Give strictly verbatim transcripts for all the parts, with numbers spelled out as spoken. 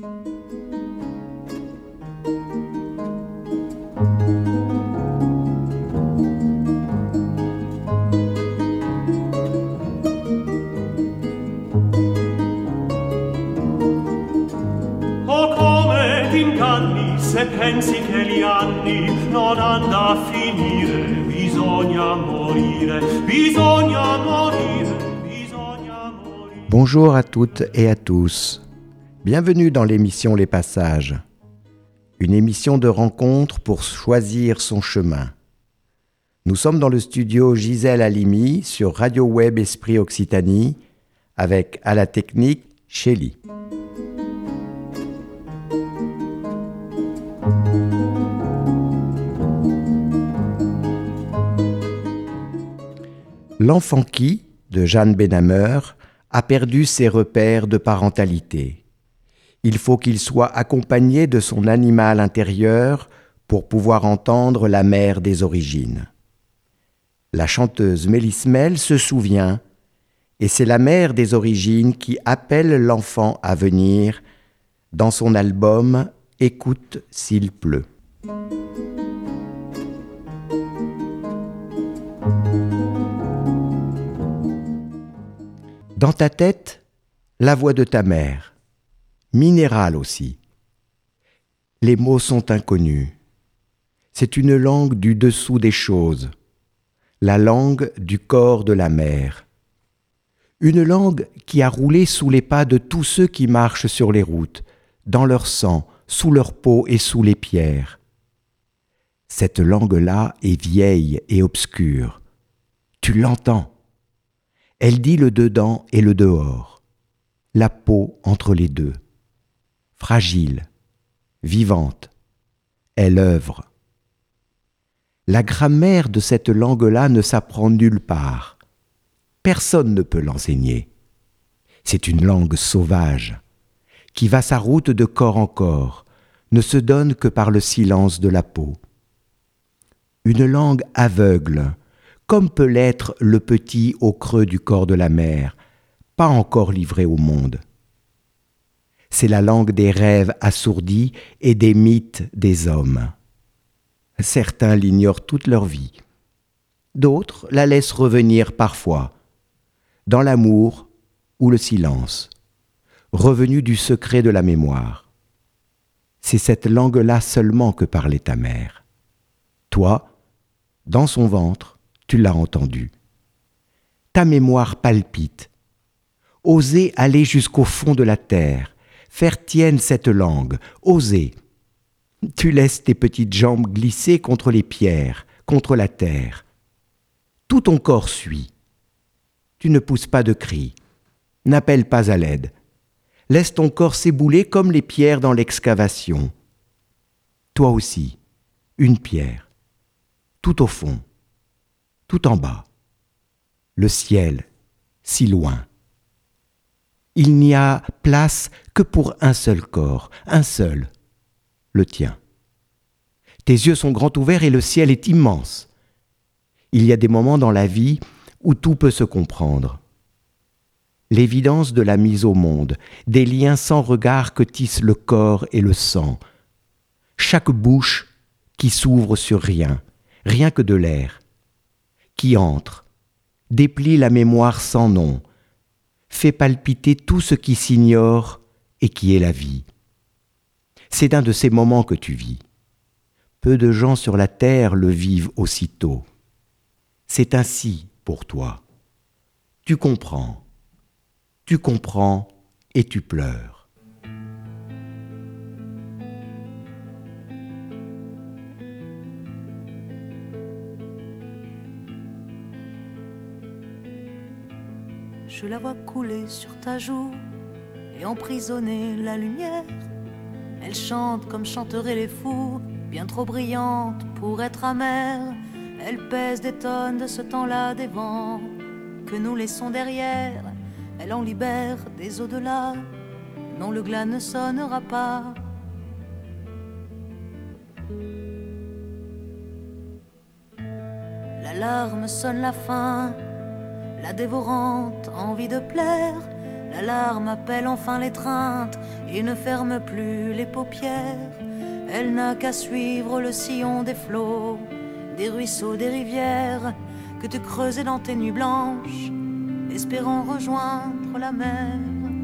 Se pensi che gli anni non hanno a finire, bisogna morire, bisogna morire, bisogna morire. Bonjour à toutes et à tous. Bienvenue dans l'émission Les Passages. Une émission de rencontre pour choisir son chemin. Nous sommes dans le studio Gisèle Halimi sur Radio Web Esprit Occitanie avec à la technique Shelly. L'enfant qui, de Jeanne Benhammer, a perdu ses repères de parentalité. Il faut qu'il soit accompagné de son animal intérieur pour pouvoir entendre la mère des origines. La chanteuse Mélis Mel se souvient, et c'est la mère des origines qui appelle l'enfant à venir dans son album « Écoute s'il pleut ». Dans ta tête, la voix de ta mère, minérale aussi. Les mots sont inconnus. C'est une langue du dessous des choses, la langue du corps de la mer. Une langue qui a roulé sous les pas de tous ceux qui marchent sur les routes, dans leur sang, sous leur peau et sous les pierres. Cette langue-là est vieille et obscure. Tu l'entends. Elle dit le dedans et le dehors, la peau entre les deux. Fragile, vivante, elle œuvre. La grammaire de cette langue-là ne s'apprend nulle part. Personne ne peut l'enseigner. C'est une langue sauvage, qui va sa route de corps en corps, ne se donne que par le silence de la peau. Une langue aveugle, comme peut l'être le petit au creux du corps de la mer, pas encore livré au monde. C'est la langue des rêves assourdis et des mythes des hommes. Certains l'ignorent toute leur vie. D'autres la laissent revenir parfois, dans l'amour ou le silence, revenu du secret de la mémoire. C'est cette langue-là seulement que parlait ta mère. Toi, dans son ventre, tu l'as entendu. Ta mémoire palpite. Osez aller jusqu'au fond de la terre, faire tienne cette langue, osez. Tu laisses tes petites jambes glisser contre les pierres, contre la terre. Tout ton corps suit. Tu ne pousses pas de cris, n'appelle pas à l'aide. Laisse ton corps s'ébouler comme les pierres dans l'excavation. Toi aussi, une pierre, tout au fond. Tout en bas, le ciel, si loin. Il n'y a place que pour un seul corps, un seul, le tien. Tes yeux sont grands ouverts et le ciel est immense. Il y a des moments dans la vie où tout peut se comprendre. L'évidence de la mise au monde, des liens sans regard que tissent le corps et le sang. Chaque bouche qui s'ouvre sur rien, rien que de l'air. Qui entre, déplie la mémoire sans nom, fait palpiter tout ce qui s'ignore et qui est la vie. C'est d'un de ces moments que tu vis. Peu de gens sur la terre le vivent aussitôt. C'est ainsi pour toi. Tu comprends, tu comprends et tu pleures. Je la vois couler sur ta joue et emprisonner la lumière. Elle chante comme chanteraient les fous, bien trop brillante pour être amère. Elle pèse des tonnes de ce temps-là des vents que nous laissons derrière. Elle en libère des au-delà, non le glas ne sonnera pas. L'alarme sonne la faim, la dévorante envie de plaire. L'alarme appelle enfin l'étreinte Il ne ferme plus les paupières. Elle n'a qu'à suivre le sillon des flots, des ruisseaux, des rivières que tu creusais dans tes nuits blanches, espérant rejoindre la mer.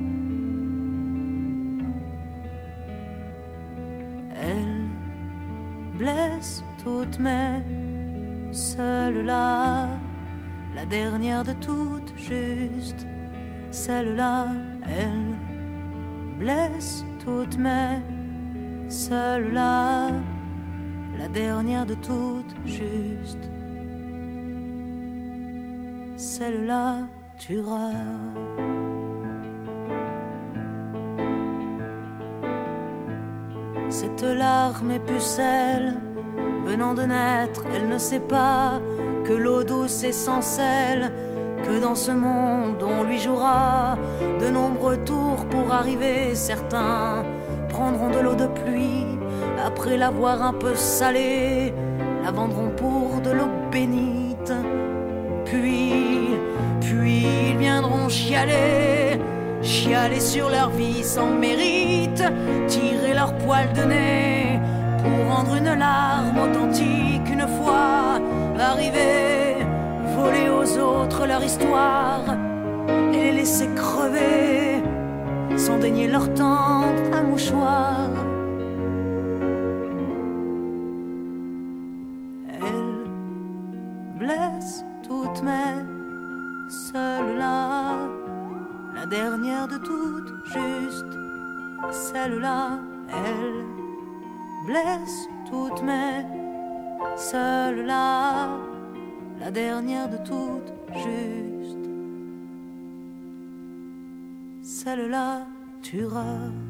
Elle blesse toutes, mais celle-là, la dernière de toutes, juste celle-là, elle blesse toutes, mais celle-là, la dernière de toutes, juste celle-là tuera. Cette larme est pucelle, venant de naître, elle ne sait pas que l'eau douce est sans sel, que dans ce monde on lui jouera de nombreux tours pour arriver. Certains prendront de l'eau de pluie, après l'avoir un peu salée, la vendront pour de l'eau bénite. Puis, puis ils viendront chialer, chialer sur leur vie sans mérite, tirer leur poil de nez pour rendre une larme authentique une fois arrivés, voler aux autres leur histoire et les laisser crever sans daigner leur tendre un mouchoir. Elle blesse toutes, mais celle-là, la dernière de toutes, juste celle-là, elle blesse toutes, mais celle-là, la dernière de toutes, juste celle-là tuera.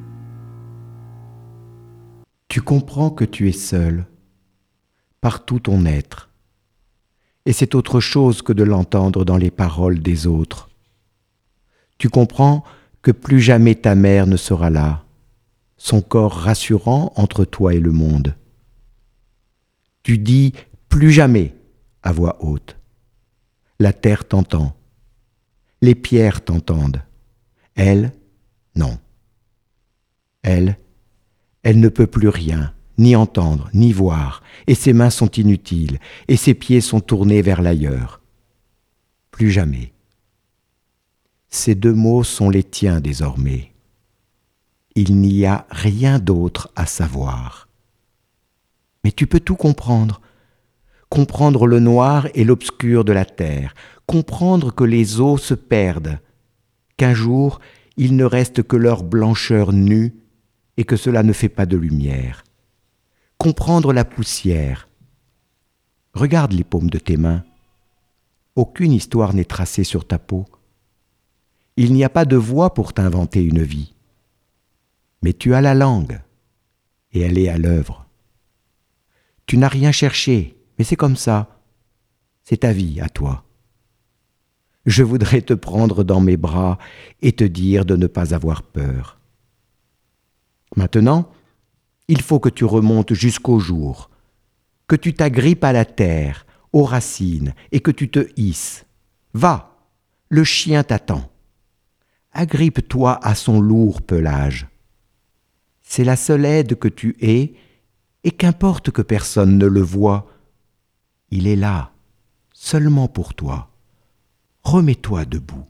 Tu comprends que tu es seul, par tout ton être, et c'est autre chose que de l'entendre dans les paroles des autres. Tu comprends que plus jamais ta mère ne sera là, son corps rassurant entre toi et le monde. Tu dis « plus jamais » à voix haute. La terre t'entend, les pierres t'entendent. Elle, non. Elle, elle ne peut plus rien, ni entendre, ni voir, et ses mains sont inutiles, et ses pieds sont tournés vers l'ailleurs. Plus jamais. Ces deux mots sont les tiens désormais. Il n'y a rien d'autre à savoir. Mais tu peux tout comprendre. Comprendre le noir et l'obscur de la terre, comprendre que les eaux se perdent, qu'un jour il ne reste que leur blancheur nue et que cela ne fait pas de lumière. Comprendre la poussière. Regarde les paumes de tes mains. Aucune histoire n'est tracée sur ta peau. Il n'y a pas de voix pour t'inventer une vie. Mais tu as la langue, et elle est à l'œuvre. Tu n'as rien cherché, mais c'est comme ça. C'est ta vie à toi. Je voudrais te prendre dans mes bras et te dire de ne pas avoir peur. Maintenant, il faut que tu remontes jusqu'au jour, que tu t'agrippes à la terre, aux racines, et que tu te hisses. Va, le chien t'attend. Agrippe-toi à son lourd pelage. C'est la seule aide que tu aies, et qu'importe que personne ne le voie, il est là, seulement pour toi. Remets-toi debout.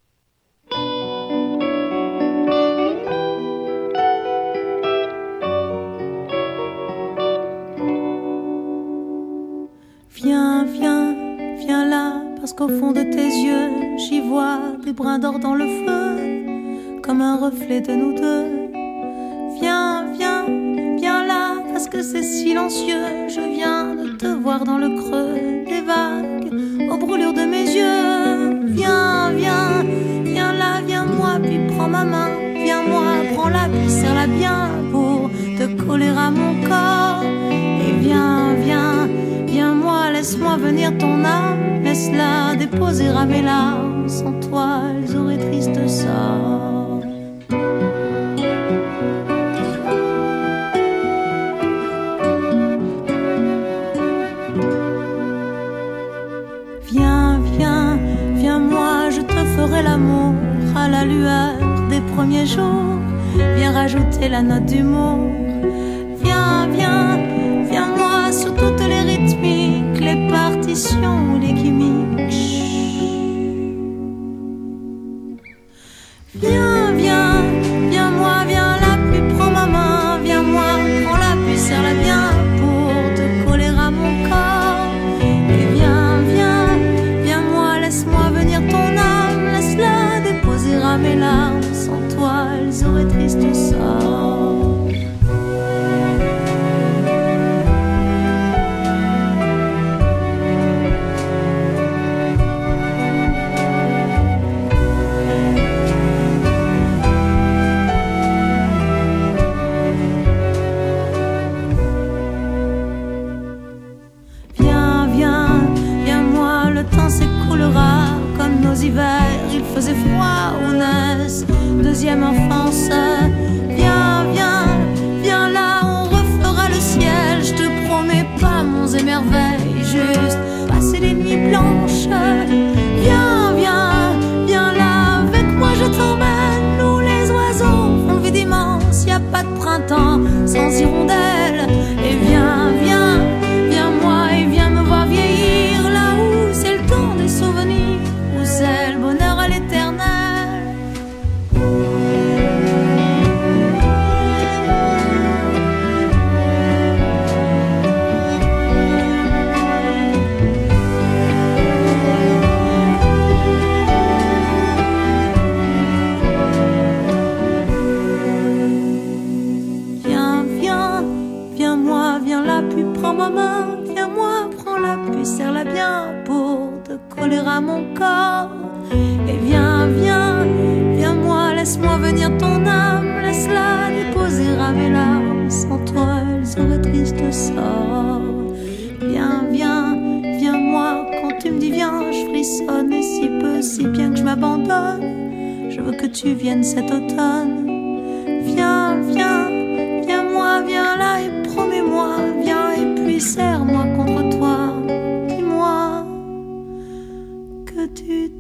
Viens, viens, viens là, parce qu'au fond de tes yeux, j'y vois des brins d'or dans le feu, comme un reflet de nous deux. Viens, viens, viens là, parce que c'est silencieux, je viens de te voir dans le creux des vagues, aux brûlures de mes yeux. Viens, viens, viens là, viens-moi, puis prends ma main. Viens-moi, prends-la, puis serre-la bien pour te coller à mon corps. Et viens, viens, viens-moi, laisse-moi venir ton âme, laisse-la déposer à mes larmes. Sans toi, elles auraient triste sort. Viens, viens, viens-moi, je te ferai l'amour à la lueur des premiers jours. Viens rajouter t'es la note d'humour. Viens, viens, viens-moi sur toutes les rythmiques, les partitions, les gimmicks. Viens, viens, viens-moi, viens là, puis prends ma main. Viens-moi, prends-la, puis serre-la bien pour te coller à mon corps. Et viens, viens, viens-moi, laisse-moi venir ton âme. Laisse-la déposer à mes larmes. Sans toi, elles auraient triste sort. Comme nos hivers, il faisait froid au naisse, deuxième enfance. Viens, viens, viens là, on refera le ciel. Je te promets pas monts et merveilles, juste passer les nuits blanches. Viens, viens, viens là, avec moi je t'emmène. Nous les oiseaux font vie d'immense, y a pas de printemps sans hirondelles. Et viens, viens, viens-moi et viens me voir vieillir là où c'est le temps des souvenirs. C'est le bonheur à l'éternel. Viens, viens, viens-moi, viens là, puis prends ma main. Viens-moi, prends-la, puis serre-la bien pour te coller à mon corps. Et viens, viens, viens-moi, laisse-moi venir ton âme. Laisse-la déposer à mes larmes. Sans toi, elles auraient triste sort. Viens, viens, viens-moi, quand tu me dis viens, je frissonne. Et si peu, si bien que je m'abandonne. Je veux que tu viennes cet automne. Viens, viens, viens-moi, viens là et promets-moi. Viens et puis serre-moi contre toi. Dis-moi que tu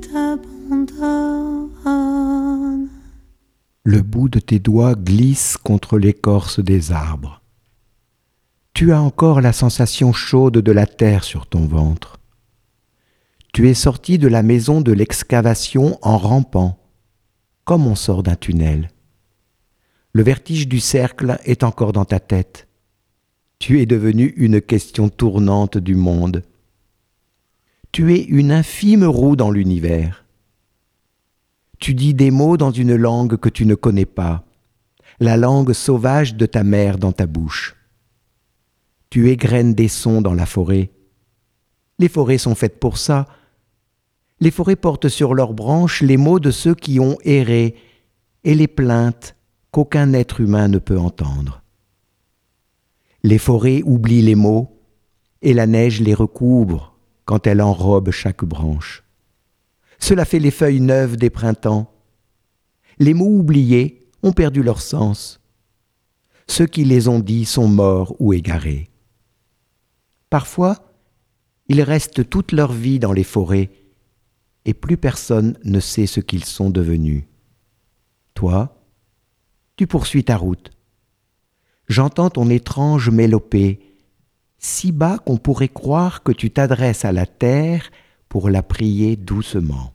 t'abandonnes. Le bout de tes doigts glisse contre l'écorce des arbres. Tu as encore la sensation chaude de la terre sur ton ventre. Tu es sorti de la maison de l'excavation en rampant, comme on sort d'un tunnel. Le vertige du cercle est encore dans ta tête. Tu es devenu une question tournante du monde. Tu es une infime roue dans l'univers. Tu dis des mots dans une langue que tu ne connais pas, la langue sauvage de ta mère dans ta bouche. Tu égrènes des sons dans la forêt. Les forêts sont faites pour ça. Les forêts portent sur leurs branches les mots de ceux qui ont erré et les plaintes qu'aucun être humain ne peut entendre. Les forêts oublient les mots et la neige les recouvre quand elle enrobe chaque branche. Cela fait les feuilles neuves des printemps. Les mots oubliés ont perdu leur sens. Ceux qui les ont dits sont morts ou égarés. Parfois, ils restent toute leur vie dans les forêts et plus personne ne sait ce qu'ils sont devenus. Toi, tu poursuis ta route. J'entends ton étrange mélopée, si bas qu'on pourrait croire que tu t'adresses à la terre pour la prier doucement.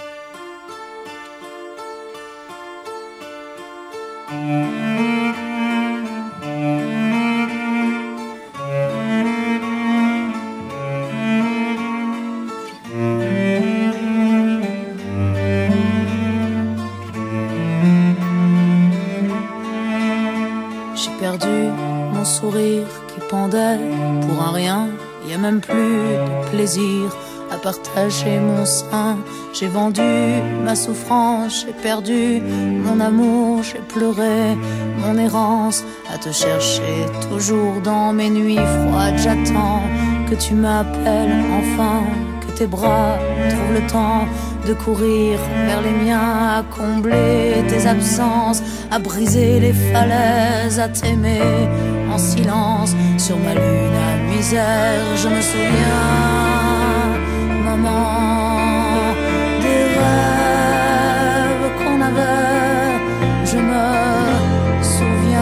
J'ai perdu mon sourire qui pendait pour un rien. Y a même plus de plaisir à partager mon sein. J'ai vendu ma souffrance, j'ai perdu mon amour, j'ai pleuré mon errance à te chercher toujours dans mes nuits froides. J'attends que tu m'appelles enfin, que tes bras trouvent le temps de courir vers les miens, à combler tes absences, à briser les falaises, à t'aimer en silence sur ma lune à misère. Je me souviens, maman, des rêves qu'on avait. Je me souviens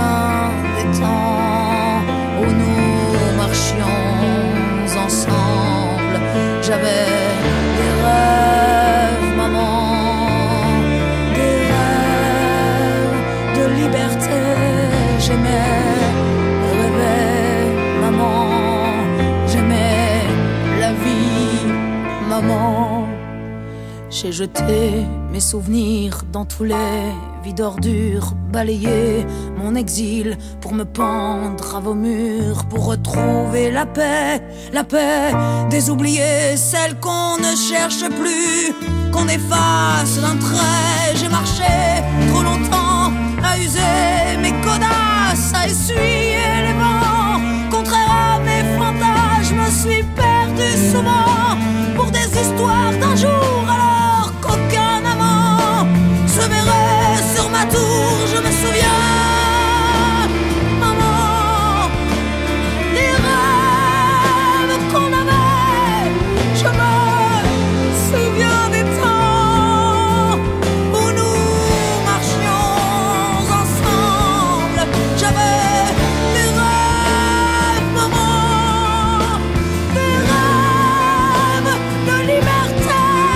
j'aimais rêver, maman, j'aimais la vie, maman. J'ai jeté mes souvenirs dans tous les vides ordures, balayé mon exil pour me pendre à vos murs, pour retrouver la paix, la paix des oubliés, celle qu'on ne cherche plus, qu'on efface d'un trait. J'ai marché trop longtemps à user mes codasses, à essuyer les vents, contraire à mes fantasmes, je me suis perdu souvent pour des histoires d'un jour. Qu'aucun amant se verrait sur ma tour, je me souviens, maman, des rêves qu'on avait. Je me souviens des temps où nous marchions ensemble. J'avais des rêves, maman, des rêves de liberté.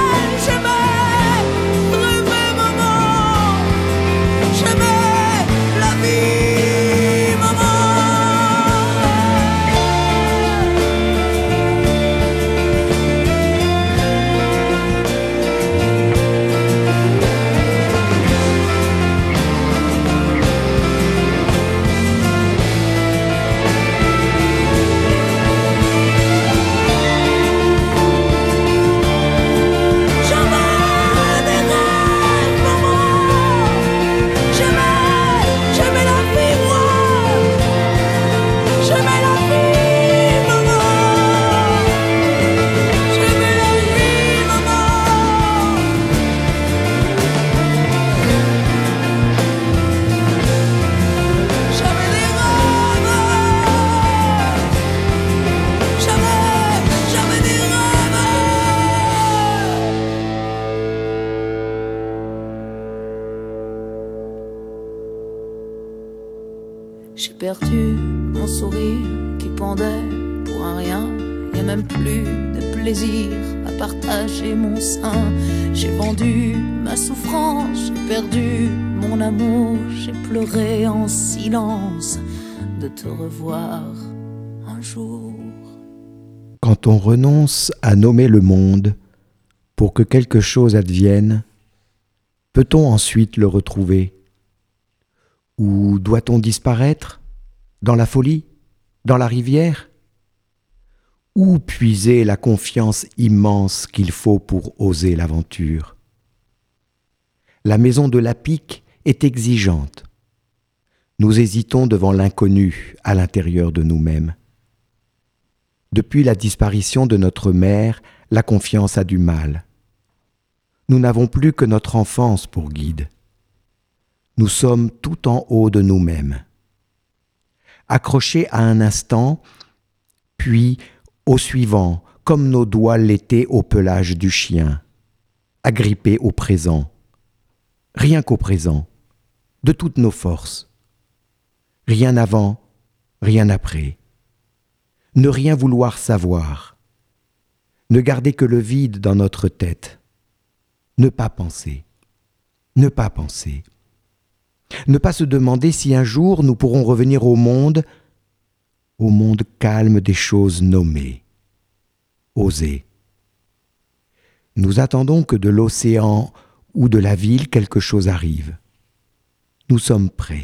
J'ai perdu mon sourire qui pendait pour un rien. Y'a même plus de plaisir à partager mon sein. J'ai vendu ma souffrance, j'ai perdu mon amour. J'ai pleuré en silence de te revoir un jour. Quand on renonce à nommer le monde pour que quelque chose advienne, peut-on ensuite le retrouver ? Ou doit-on disparaître dans la folie, dans la rivière ? Où puiser la confiance immense qu'il faut pour oser l'aventure ? La maison de la pique est exigeante. Nous hésitons devant l'inconnu à l'intérieur de nous-mêmes. Depuis la disparition de notre mère, la confiance a du mal. Nous n'avons plus que notre enfance pour guide. Nous sommes tout en haut de nous-mêmes. Accrochés à un instant, puis au suivant, comme nos doigts l'étaient au pelage du chien, agrippés au présent, rien qu'au présent, de toutes nos forces. Rien avant, rien après. Ne rien vouloir savoir. Ne garder que le vide dans notre tête. Ne pas penser. Ne pas penser. Ne pas se demander si un jour nous pourrons revenir au monde, au monde calme des choses nommées. Oser. Nous attendons que de l'océan ou de la ville quelque chose arrive. Nous sommes prêts.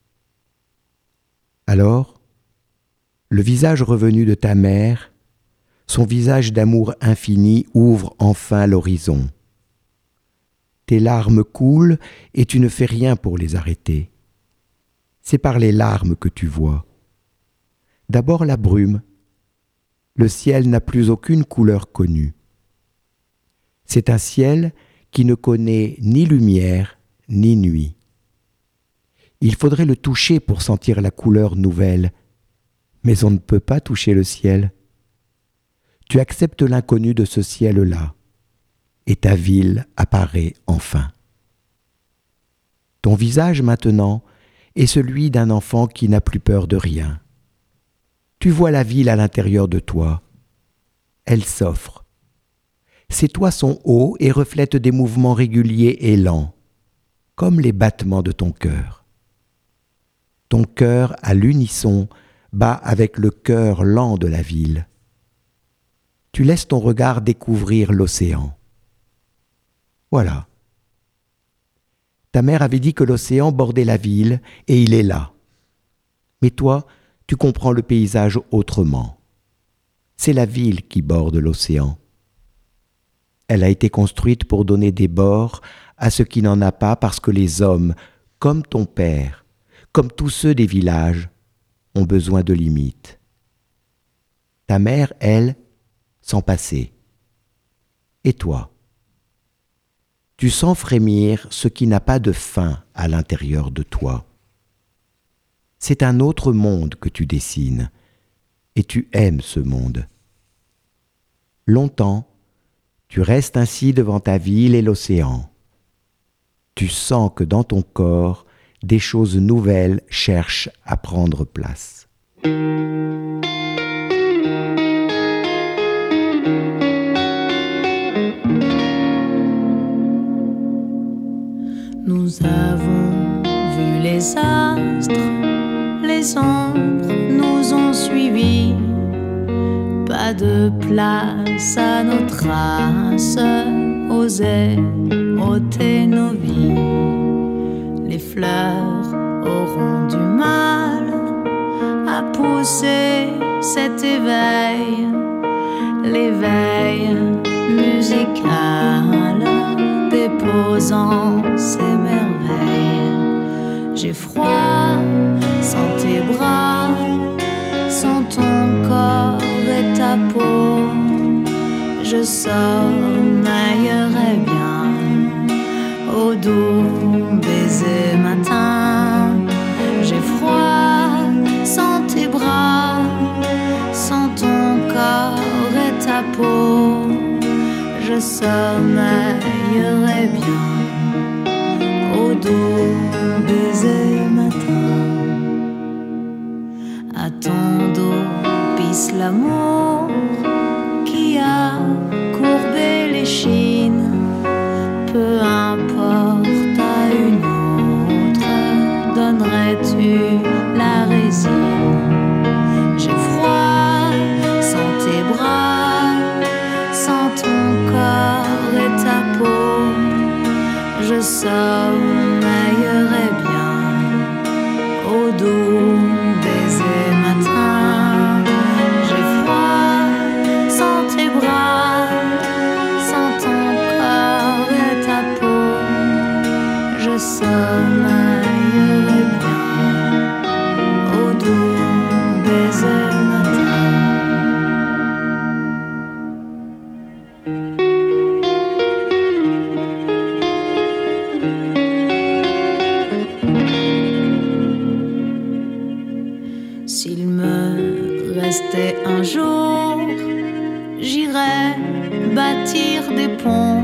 Alors, le visage revenu de ta mère, son visage d'amour infini ouvre enfin l'horizon. Tes larmes coulent et tu ne fais rien pour les arrêter. C'est par les larmes que tu vois. D'abord la brume. Le ciel n'a plus aucune couleur connue. C'est un ciel qui ne connaît ni lumière ni nuit. Il faudrait le toucher pour sentir la couleur nouvelle, mais on ne peut pas toucher le ciel. Tu acceptes l'inconnu de ce ciel-là. Et ta ville apparaît enfin. Ton visage maintenant est celui d'un enfant qui n'a plus peur de rien. Tu vois la ville à l'intérieur de toi. Elle s'offre. Ses toits sont hauts et reflètent des mouvements réguliers et lents, comme les battements de ton cœur. Ton cœur à l'unisson bat avec le cœur lent de la ville. Tu laisses ton regard découvrir l'océan. Voilà. Ta mère avait dit que l'océan bordait la ville et il est là. Mais toi, tu comprends le paysage autrement. C'est la ville qui borde l'océan. Elle a été construite pour donner des bords à ce qui n'en a pas parce que les hommes, comme ton père, comme tous ceux des villages, ont besoin de limites. Ta mère, elle, s'en passait. Et toi? Tu sens frémir ce qui n'a pas de fin à l'intérieur de toi. C'est un autre monde que tu dessines, et tu aimes ce monde. Longtemps, tu restes ainsi devant ta ville et l'océan. Tu sens que dans ton corps, des choses nouvelles cherchent à prendre place. Nous avons vu les astres, les ombres nous ont suivis. Pas de place à nos traces, oser ôter nos vies. Les fleurs auront du mal à pousser cet éveil, l'éveil musical déposant ses merveilles. J'ai froid sans tes bras, sans ton corps et ta peau. Je sommeillerai bien au doux baiser matin. J'ai froid sans tes bras, sans ton corps et ta peau. Je sommeillerai bien au doux baiser matin. À ton dos pisse l'amour qui a courbé l'échine. Peu importe à une autre, donnerais-tu la résine? J'ai froid sans tes bras, sans ton corps et ta peau. Je sommeillerai bien au doux baiser matin. J'ai froid sans tes bras, sans ton corps et ta peau. Je sommeillerai bien au doux baiser matin. S'il me restait un jour, j'irais bâtir des ponts,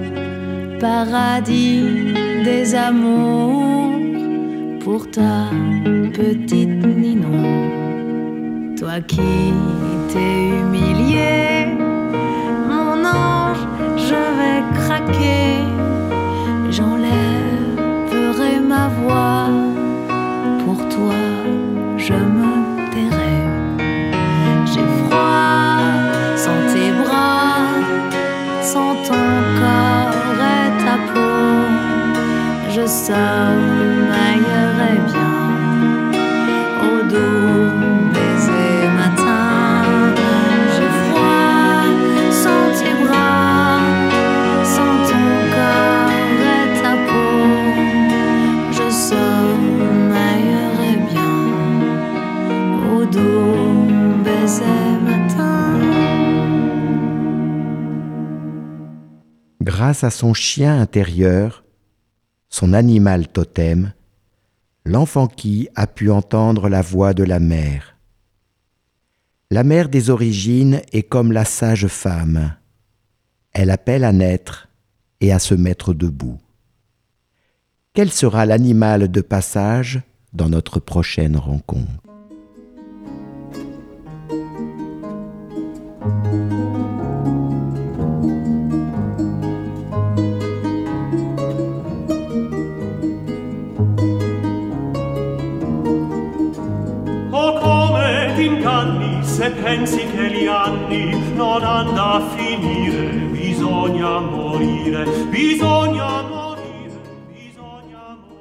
paradis des amours pour ta petite Ninon. Toi qui t'es humilié, mon ange, je vais craquer. J'enlèverai ma voix, pour toi je me tairai. J'ai froid sans tes bras, sans ton corps et ta peau. Je sommeillerai bien au doux baiser matin. J'ai froid sans tes bras, sans ton corps et ta peau. Je sommeillerai bien au doux baiser matin. Grâce à son chien intérieur, son animal totem, l'enfant qui a pu entendre la voix de la mère. La mère des origines est comme la sage femme. Elle appelle à naître et à se mettre debout. Quel sera l'animal de passage dans notre prochaine rencontre? Se pensi che gli anni non hanno a finire, bisogna morire, bisogna morire.